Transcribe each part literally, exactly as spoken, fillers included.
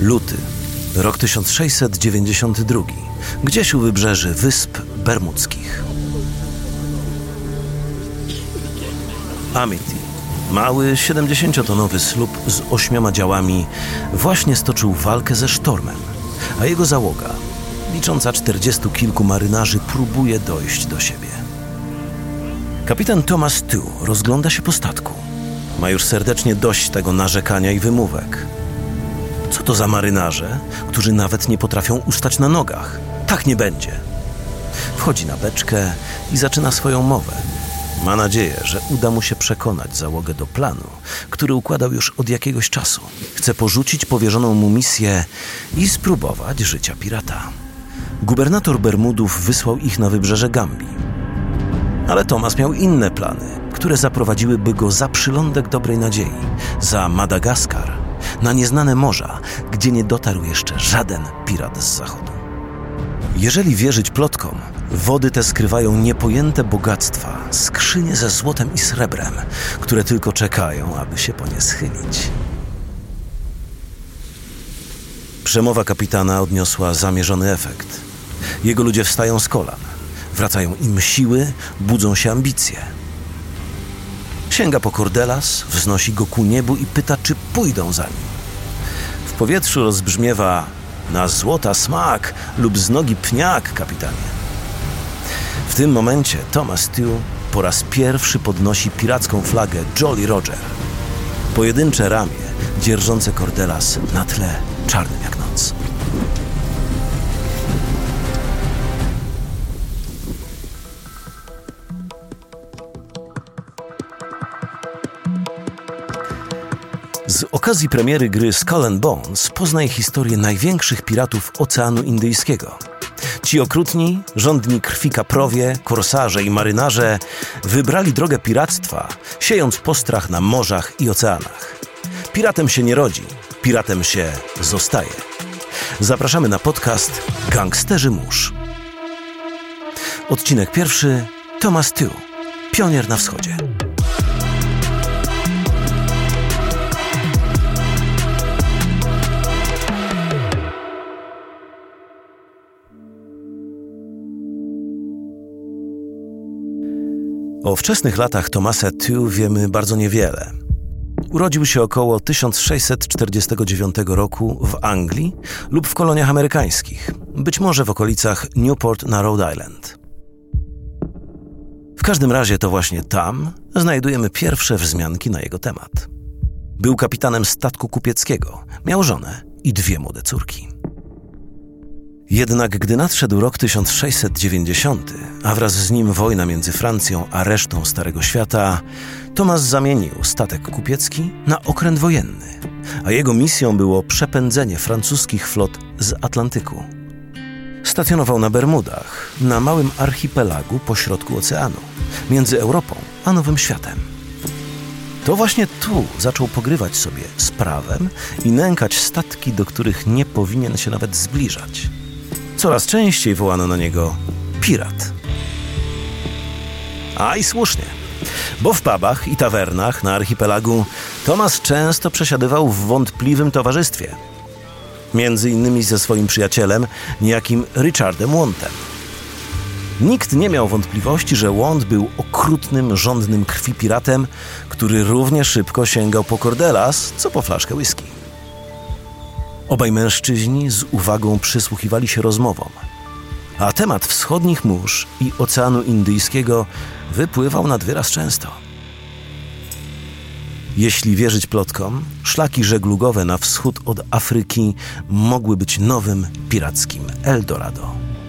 Luty, rok tysiąc sześćset dziewięćdziesiąty drugi, gdzieś u wybrzeży Wysp Bermudzkich. Amity, mały siedemdziesięciotonowy słup z ośmioma działami, właśnie stoczył walkę ze sztormem, a jego załoga, licząca czterdziestu kilku marynarzy, próbuje dojść do siebie. Kapitan Thomas Tew rozgląda się po statku. Ma już serdecznie dość tego narzekania i wymówek. Co to za marynarze, którzy nawet nie potrafią ustać na nogach? Tak nie będzie. Wchodzi na beczkę i zaczyna swoją mowę. Ma nadzieję, że uda mu się przekonać załogę do planu, który układał już od jakiegoś czasu. Chce porzucić powierzoną mu misję i spróbować życia pirata. Gubernator Bermudów wysłał ich na wybrzeże Gambii. Ale Thomas miał inne plany, które zaprowadziłyby go za przylądek Dobrej Nadziei, za Madagaskar, na nieznane morza, gdzie nie dotarł jeszcze żaden pirat z zachodu. Jeżeli wierzyć plotkom, wody te skrywają niepojęte bogactwa, skrzynie ze złotem i srebrem, które tylko czekają, aby się po nie schylić. Przemowa kapitana odniosła zamierzony efekt. Jego ludzie wstają z kolan. Wracają im siły, budzą się ambicje. Sięga po kordelas, wznosi go ku niebu i pyta, czy pójdą za nim. W powietrzu rozbrzmiewa: na złota smak lub z nogi pniak, kapitanie. W tym momencie Thomas Tew po raz pierwszy podnosi piracką flagę Jolly Roger. Pojedyncze ramię dzierżące kordelas na tle czarnym jak noc. Z okazji premiery gry Skull and Bones poznaj historię największych piratów Oceanu Indyjskiego. Ci okrutni, żądni krwi kaprowie, korsarze i marynarze wybrali drogę piractwa, siejąc postrach na morzach i oceanach. Piratem się nie rodzi, piratem się zostaje. Zapraszamy na podcast Gangsterzy Mórz. Odcinek pierwszy. Thomas Tew, pionier na wschodzie. O wczesnych latach Thomasa Tew wiemy bardzo niewiele. Urodził się około tysiąc sześćset czterdziestego dziewiątego roku w Anglii lub w koloniach amerykańskich, być może w okolicach Newport na Rhode Island. W każdym razie to właśnie tam znajdujemy pierwsze wzmianki na jego temat. Był kapitanem statku kupieckiego, miał żonę i dwie młode córki. Jednak gdy nadszedł rok tysiąc sześćset dziewięćdziesiąty, a wraz z nim wojna między Francją a resztą Starego Świata, Thomas zamienił statek kupiecki na okręt wojenny, a jego misją było przepędzenie francuskich flot z Atlantyku. Stacjonował na Bermudach, na małym archipelagu pośrodku oceanu, między Europą a Nowym Światem. To właśnie tu zaczął pogrywać sobie z prawem i nękać statki, do których nie powinien się nawet zbliżać. Coraz częściej wołano na niego pirat. A i słusznie, bo w pubach i tawernach na archipelagu Thomas często przesiadywał w wątpliwym towarzystwie. Między innymi ze swoim przyjacielem, niejakim Richardem Wantem. Nikt nie miał wątpliwości, że Want był okrutnym, żądnym krwi piratem, który równie szybko sięgał po kordelas, co po flaszkę whisky. Obaj mężczyźni z uwagą przysłuchiwali się rozmowom, a temat wschodnich mórz i Oceanu Indyjskiego wypływał nad wyraz często. Jeśli wierzyć plotkom, szlaki żeglugowe na wschód od Afryki mogły być nowym pirackim Eldorado.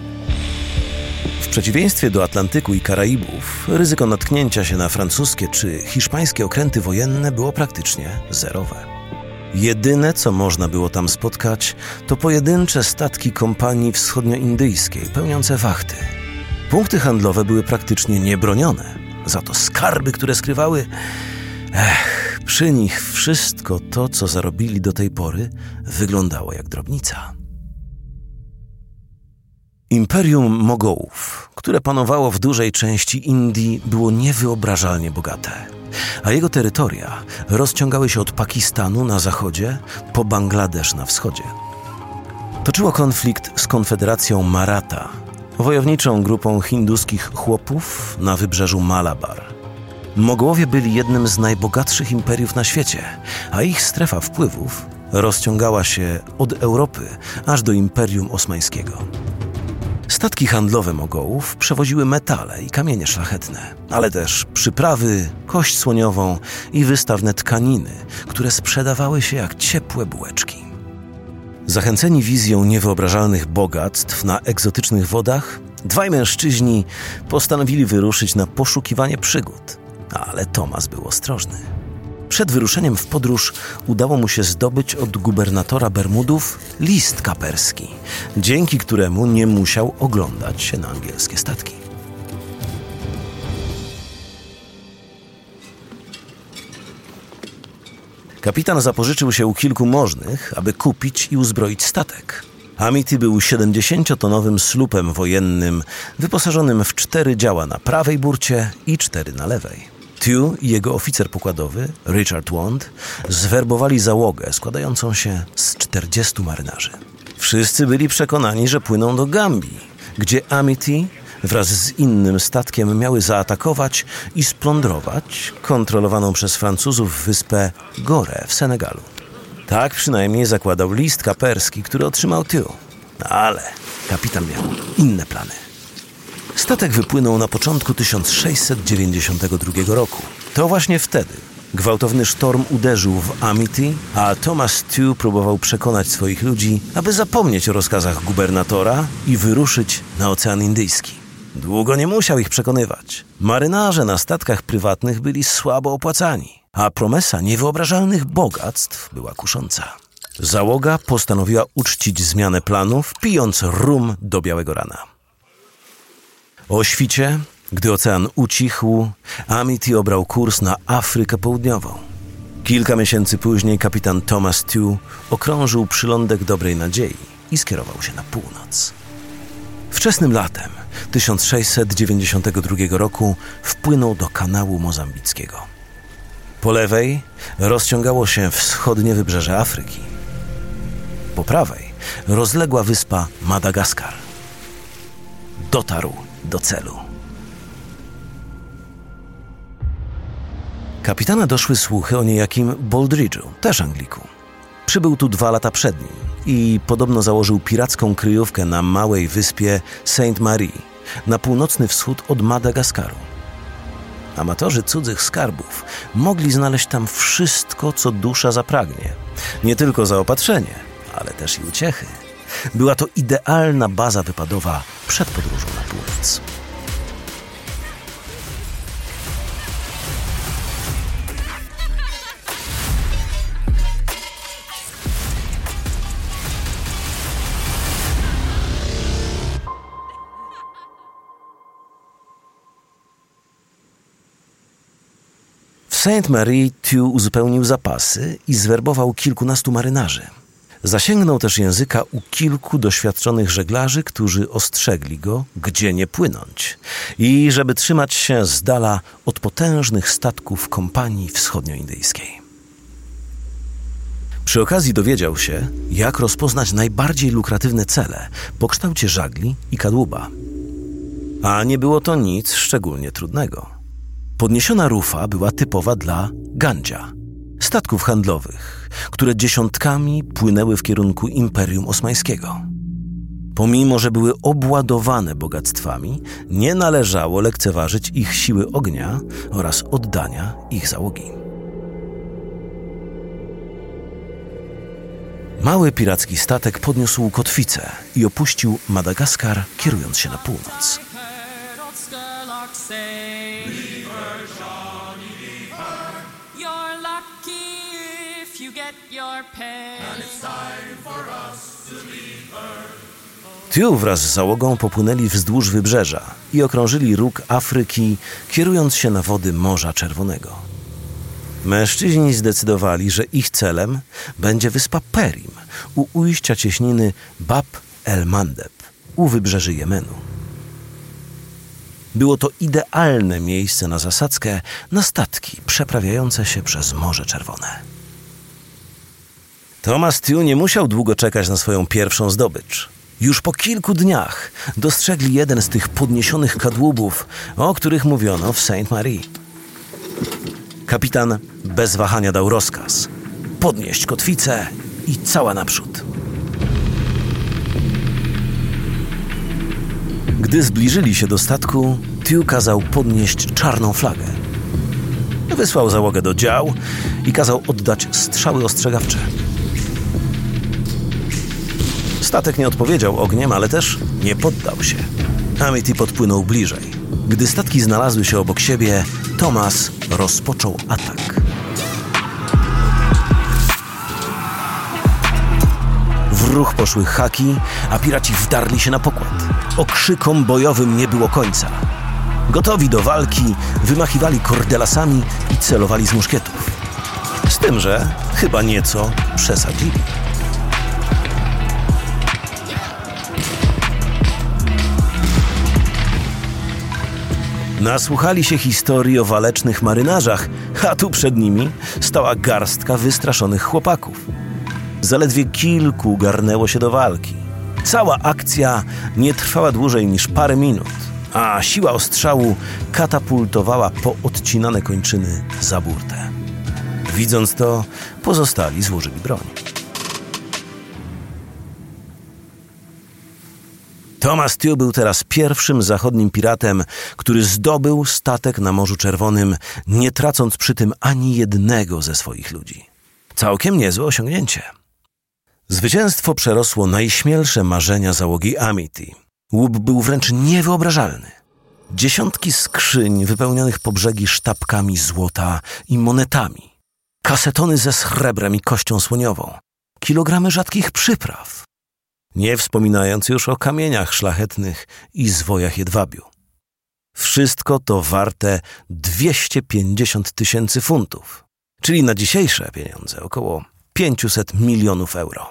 W przeciwieństwie do Atlantyku i Karaibów, ryzyko natknięcia się na francuskie czy hiszpańskie okręty wojenne było praktycznie zerowe. Jedyne, co można było tam spotkać, to pojedyncze statki kompanii wschodnioindyjskiej pełniące wachty. Punkty handlowe były praktycznie niebronione, za to skarby, które skrywały... Ech, przy nich wszystko to, co zarobili do tej pory, wyglądało jak drobnica. Imperium Mogołów, które panowało w dużej części Indii, było niewyobrażalnie bogate, a jego terytoria rozciągały się od Pakistanu na zachodzie po Bangladesz na wschodzie. Toczyło konflikt z Konfederacją Maratha, wojowniczą grupą hinduskich chłopów na wybrzeżu Malabar. Mogołowie byli jednym z najbogatszych imperiów na świecie, a ich strefa wpływów rozciągała się od Europy aż do Imperium Osmańskiego. Statki handlowe Mogołów przewoziły metale i kamienie szlachetne, ale też przyprawy, kość słoniową i wystawne tkaniny, które sprzedawały się jak ciepłe bułeczki. Zachęceni wizją niewyobrażalnych bogactw na egzotycznych wodach, dwaj mężczyźni postanowili wyruszyć na poszukiwanie przygód, ale Thomas był ostrożny. Przed wyruszeniem w podróż udało mu się zdobyć od gubernatora Bermudów list kaperski, dzięki któremu nie musiał oglądać się na angielskie statki. Kapitan zapożyczył się u kilku możnych, aby kupić i uzbroić statek. Amity był siedemdziesięciotonowym slupem wojennym, wyposażonym w cztery działa na prawej burcie i cztery na lewej. Tew i jego oficer pokładowy, Richard Wand, zwerbowali załogę składającą się z czterdziestu marynarzy. Wszyscy byli przekonani, że płyną do Gambii, gdzie Amity wraz z innym statkiem miały zaatakować i splądrować kontrolowaną przez Francuzów wyspę Gorée w Senegalu. Tak przynajmniej zakładał list kaperski, który otrzymał Tew. Ale kapitan miał inne plany. Statek wypłynął na początku tysiąc sześćset dziewięćdziesiątego drugiego roku. To właśnie wtedy gwałtowny sztorm uderzył w Amity, a Thomas Tew próbował przekonać swoich ludzi, aby zapomnieć o rozkazach gubernatora i wyruszyć na Ocean Indyjski. Długo nie musiał ich przekonywać. Marynarze na statkach prywatnych byli słabo opłacani, a promesa niewyobrażalnych bogactw była kusząca. Załoga postanowiła uczcić zmianę planów, pijąc rum do białego rana. O świcie, gdy ocean ucichł, Amity obrał kurs na Afrykę Południową. Kilka miesięcy później kapitan Thomas Tew okrążył przylądek Dobrej Nadziei i skierował się na północ. Wczesnym latem tysiąc sześćset dziewięćdziesiątego drugiego roku wpłynął do kanału mozambickiego. Po lewej rozciągało się wschodnie wybrzeże Afryki. Po prawej rozległa wyspa Madagaskar. Dotarł do celu. Kapitana doszły słuchy o niejakim Baldridge'u, też Angliku. Przybył tu dwa lata przed nim i podobno założył piracką kryjówkę na małej wyspie Saint Marie, na północny wschód od Madagaskaru. Amatorzy cudzych skarbów mogli znaleźć tam wszystko, co dusza zapragnie. Nie tylko zaopatrzenie, ale też i uciechy. Była to idealna baza wypadowa przed podróżą na północ. W Saint Marie Tew uzupełnił zapasy i zwerbował kilkunastu marynarzy. Zasięgnął też języka u kilku doświadczonych żeglarzy, którzy ostrzegli go, gdzie nie płynąć i żeby trzymać się z dala od potężnych statków kompanii wschodnioindyjskiej. Przy okazji dowiedział się, jak rozpoznać najbardziej lukratywne cele po kształcie żagli i kadłuba. A nie było to nic szczególnie trudnego. Podniesiona rufa była typowa dla gandzia, statków handlowych, które dziesiątkami płynęły w kierunku Imperium Osmańskiego. Pomimo że były obładowane bogactwami, nie należało lekceważyć ich siły ognia oraz oddania ich załogi. Mały piracki statek podniósł kotwicę i opuścił Madagaskar, kierując się na północ. Tew wraz z załogą popłynęli wzdłuż wybrzeża i okrążyli róg Afryki, kierując się na wody Morza Czerwonego. Mężczyźni zdecydowali, że ich celem będzie wyspa Perim u ujścia cieśniny Bab el Mandeb. u wybrzeży Jemenu. Było to idealne miejsce na zasadzkę na statki przeprawiające się przez Morze Czerwone. Thomas Tew nie musiał długo czekać na swoją pierwszą zdobycz. Już po kilku dniach dostrzegli jeden z tych podniesionych kadłubów, o których mówiono w Saint Marie. Kapitan bez wahania dał rozkaz: podnieść kotwicę i cała naprzód. Gdy zbliżyli się do statku, Tew kazał podnieść czarną flagę. Wysłał załogę do dział i kazał oddać strzały ostrzegawcze. Statek nie odpowiedział ogniem, ale też nie poddał się. Amity podpłynął bliżej. Gdy statki znalazły się obok siebie, Thomas rozpoczął atak. W ruch poszły haki, a piraci wdarli się na pokład. Okrzykom bojowym nie było końca. Gotowi do walki, wymachiwali kordelasami i celowali z muszkietów. Z tym, że chyba nieco przesadzili. Nasłuchali się historii o walecznych marynarzach, a tu przed nimi stała garstka wystraszonych chłopaków. Zaledwie kilku garnęło się do walki. Cała akcja nie trwała dłużej niż parę minut, a siła ostrzału katapultowała poodcinane kończyny za burtę. Widząc to, pozostali złożyli broń. Thomas Tew był teraz pierwszym zachodnim piratem, który zdobył statek na Morzu Czerwonym, nie tracąc przy tym ani jednego ze swoich ludzi. Całkiem niezłe osiągnięcie. Zwycięstwo przerosło najśmielsze marzenia załogi Amity. Łup był wręcz niewyobrażalny. Dziesiątki skrzyń wypełnionych po brzegi sztabkami złota i monetami, kasetony ze srebrem i kością słoniową, kilogramy rzadkich przypraw, nie wspominając już o kamieniach szlachetnych i zwojach jedwabiu. Wszystko to warte dwieście pięćdziesiąt tysięcy funtów, czyli na dzisiejsze pieniądze około pięćset milionów euro.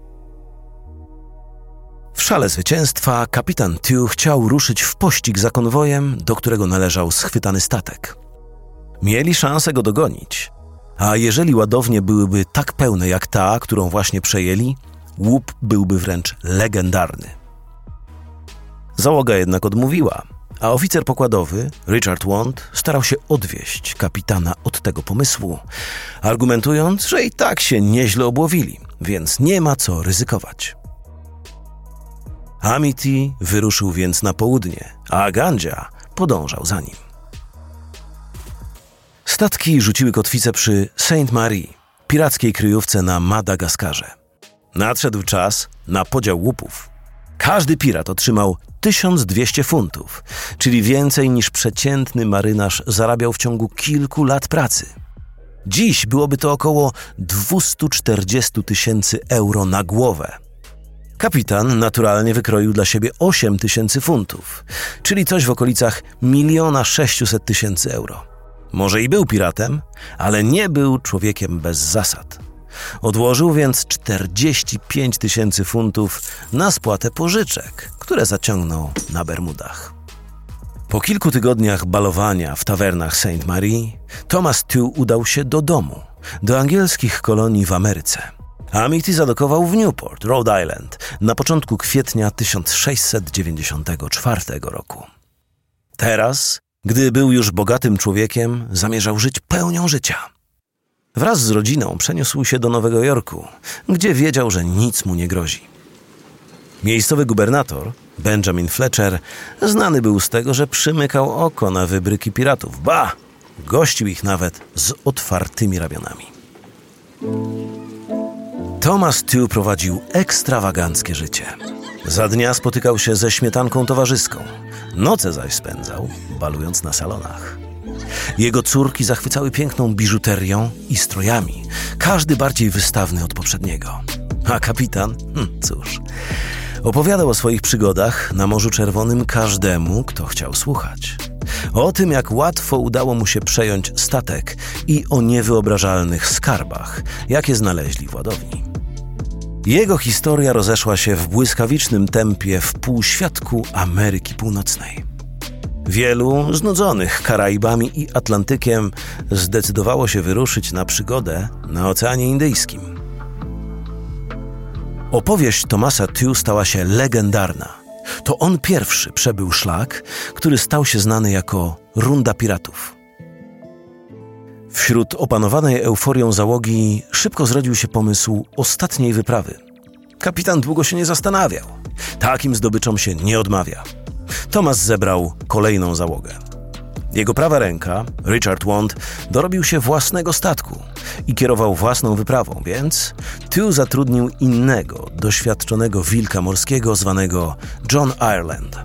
W szale zwycięstwa kapitan Tew chciał ruszyć w pościg za konwojem, do którego należał schwytany statek. Mieli szansę go dogonić, a jeżeli ładownie byłyby tak pełne jak ta, którą właśnie przejęli, łup byłby wręcz legendarny. Załoga jednak odmówiła, a oficer pokładowy, Richard Wand, starał się odwieść kapitana od tego pomysłu, argumentując, że i tak się nieźle obłowili, więc nie ma co ryzykować. Amity wyruszył więc na południe, a Gandzia podążał za nim. Statki rzuciły kotwicę przy Saint Marie, pirackiej kryjówce na Madagaskarze. Nadszedł czas na podział łupów. Każdy pirat otrzymał tysiąc dwieście funtów, czyli więcej niż przeciętny marynarz zarabiał w ciągu kilku lat pracy. Dziś byłoby to około dwieście czterdzieści tysięcy euro na głowę. Kapitan naturalnie wykroił dla siebie osiem tysięcy funtów, czyli coś w okolicach miliona sześciuset tysięcy euro. Może i był piratem, ale nie był człowiekiem bez zasad. Odłożył więc czterdzieści pięć tysięcy funtów na spłatę pożyczek, które zaciągnął na Bermudach. Po kilku tygodniach balowania w tawernach Saint Marie, Thomas Tew udał się do domu, do angielskich kolonii w Ameryce. Amity zadokował w Newport, Rhode Island, na początku kwietnia tysiąc sześćset dziewięćdziesiątego czwartego roku. Teraz, gdy był już bogatym człowiekiem, zamierzał żyć pełnią życia. Wraz z rodziną przeniósł się do Nowego Jorku, gdzie wiedział, że nic mu nie grozi. Miejscowy gubernator, Benjamin Fletcher, znany był z tego, że przymykał oko na wybryki piratów. Ba! Gościł ich nawet z otwartymi ramionami. Thomas Tew prowadził ekstrawaganckie życie. Za dnia spotykał się ze śmietanką towarzyską, noce zaś spędzał, balując na salonach. Jego córki zachwycały piękną biżuterią i strojami, każdy bardziej wystawny od poprzedniego. A kapitan, hm, cóż, opowiadał o swoich przygodach na Morzu Czerwonym każdemu, kto chciał słuchać. O tym, jak łatwo udało mu się przejąć statek i o niewyobrażalnych skarbach, jakie znaleźli w ładowni. Jego historia rozeszła się w błyskawicznym tempie w półświadku Ameryki Północnej. Wielu, znudzonych Karaibami i Atlantykiem, zdecydowało się wyruszyć na przygodę na Oceanie Indyjskim. Opowieść Thomasa Tew stała się legendarna. To on pierwszy przebył szlak, który stał się znany jako Runda Piratów. Wśród opanowanej euforią załogi szybko zrodził się pomysł ostatniej wyprawy. Kapitan długo się nie zastanawiał. Takim zdobyczom się nie odmawia. Thomas zebrał kolejną załogę. Jego prawa ręka, Richard Wand, dorobił się własnego statku i kierował własną wyprawą, więc Tew zatrudnił innego, doświadczonego wilka morskiego zwanego John Ireland.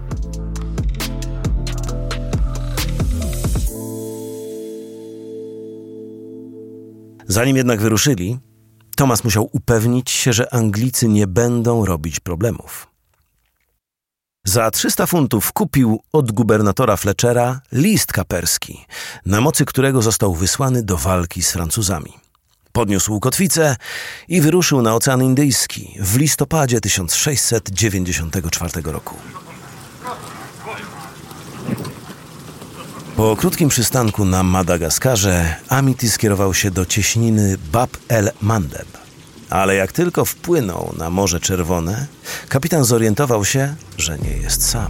Zanim jednak wyruszyli, Thomas musiał upewnić się, że Anglicy nie będą robić problemów. Za trzysta funtów kupił od gubernatora Fletchera list kaperski, na mocy którego został wysłany do walki z Francuzami. Podniósł kotwicę i wyruszył na Ocean Indyjski w listopadzie tysiąc sześćset dziewięćdziesiątego czwartego roku. Po krótkim przystanku na Madagaskarze Amity skierował się do cieśniny Bab el Mandeb. Ale jak tylko wpłynął na Morze Czerwone, kapitan zorientował się, że nie jest sam.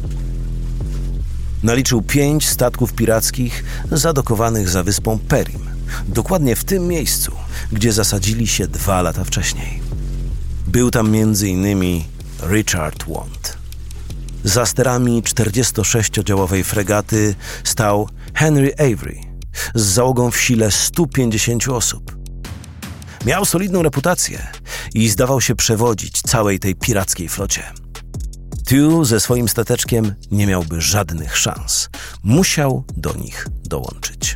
Naliczył pięć statków pirackich zadokowanych za wyspą Perim, dokładnie w tym miejscu, gdzie zasadzili się dwa lata wcześniej. Był tam między innymi Richard Wand. Za sterami czterdziestosześciodziałowej fregaty stał Henry Avery z załogą w sile stu pięćdziesięciu osób. Miał solidną reputację i zdawał się przewodzić całej tej pirackiej flocie. Tew ze swoim stateczkiem nie miałby żadnych szans. Musiał do nich dołączyć.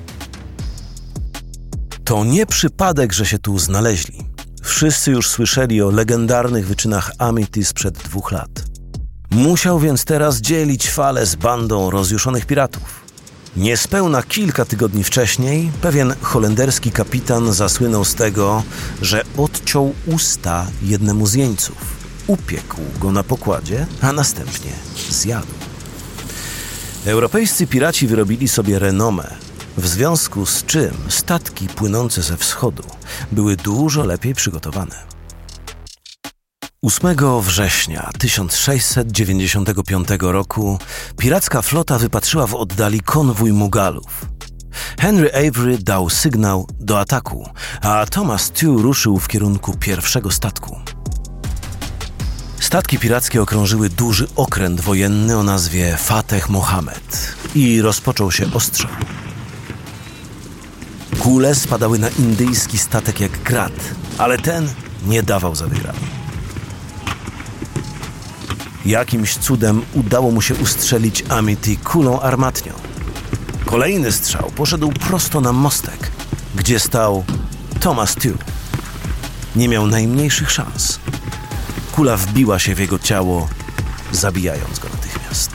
To nie przypadek, że się tu znaleźli. Wszyscy już słyszeli o legendarnych wyczynach Amity sprzed dwóch lat. Musiał więc teraz dzielić falę z bandą rozjuszonych piratów. Niespełna kilka tygodni wcześniej pewien holenderski kapitan zasłynął z tego, że odciął usta jednemu z jeńców, upiekł go na pokładzie, a następnie zjadł. Europejscy piraci wyrobili sobie renomę, w związku z czym statki płynące ze wschodu były dużo lepiej przygotowane. ósmego września tysiąc sześćset dziewięćdziesiątego piątego roku piracka flota wypatrzyła w oddali konwój Mugalów. Henry Avery dał sygnał do ataku, a Thomas Tew ruszył w kierunku pierwszego statku. Statki pirackie okrążyły duży okręt wojenny o nazwie Fateh Mohammed i rozpoczął się ostrzał. Kule spadały na indyjski statek jak grat, ale ten nie dawał za wygraną. Jakimś cudem udało mu się ustrzelić Amity kulą armatnią. Kolejny strzał poszedł prosto na mostek, gdzie stał Thomas Tew. Nie miał najmniejszych szans. Kula wbiła się w jego ciało, zabijając go natychmiast.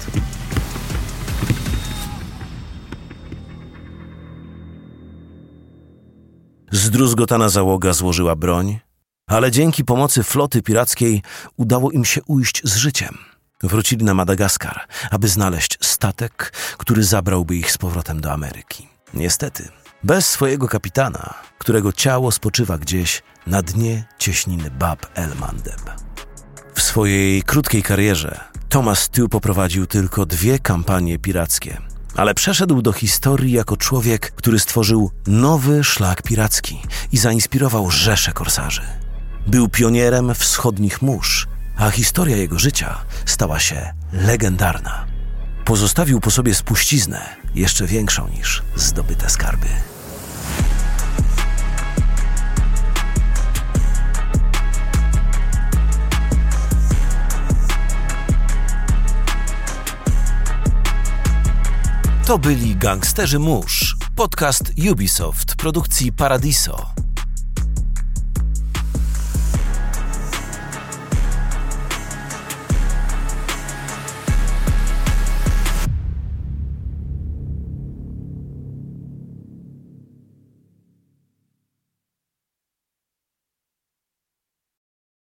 Zdruzgotana załoga złożyła broń, ale dzięki pomocy floty pirackiej udało im się ujść z życiem. Wrócili na Madagaskar, aby znaleźć statek, który zabrałby ich z powrotem do Ameryki. Niestety, bez swojego kapitana, którego ciało spoczywa gdzieś na dnie cieśniny Bab el Mandeb. W swojej krótkiej karierze Thomas Tew poprowadził tylko dwie kampanie pirackie, ale przeszedł do historii jako człowiek, który stworzył nowy szlak piracki i zainspirował rzesze korsarzy. Był pionierem wschodnich mórz, a historia jego życia stała się legendarna. Pozostawił po sobie spuściznę jeszcze większą niż zdobyte skarby. To byli Gangsterzy Mórz, podcast Ubisoft produkcji Paradiso.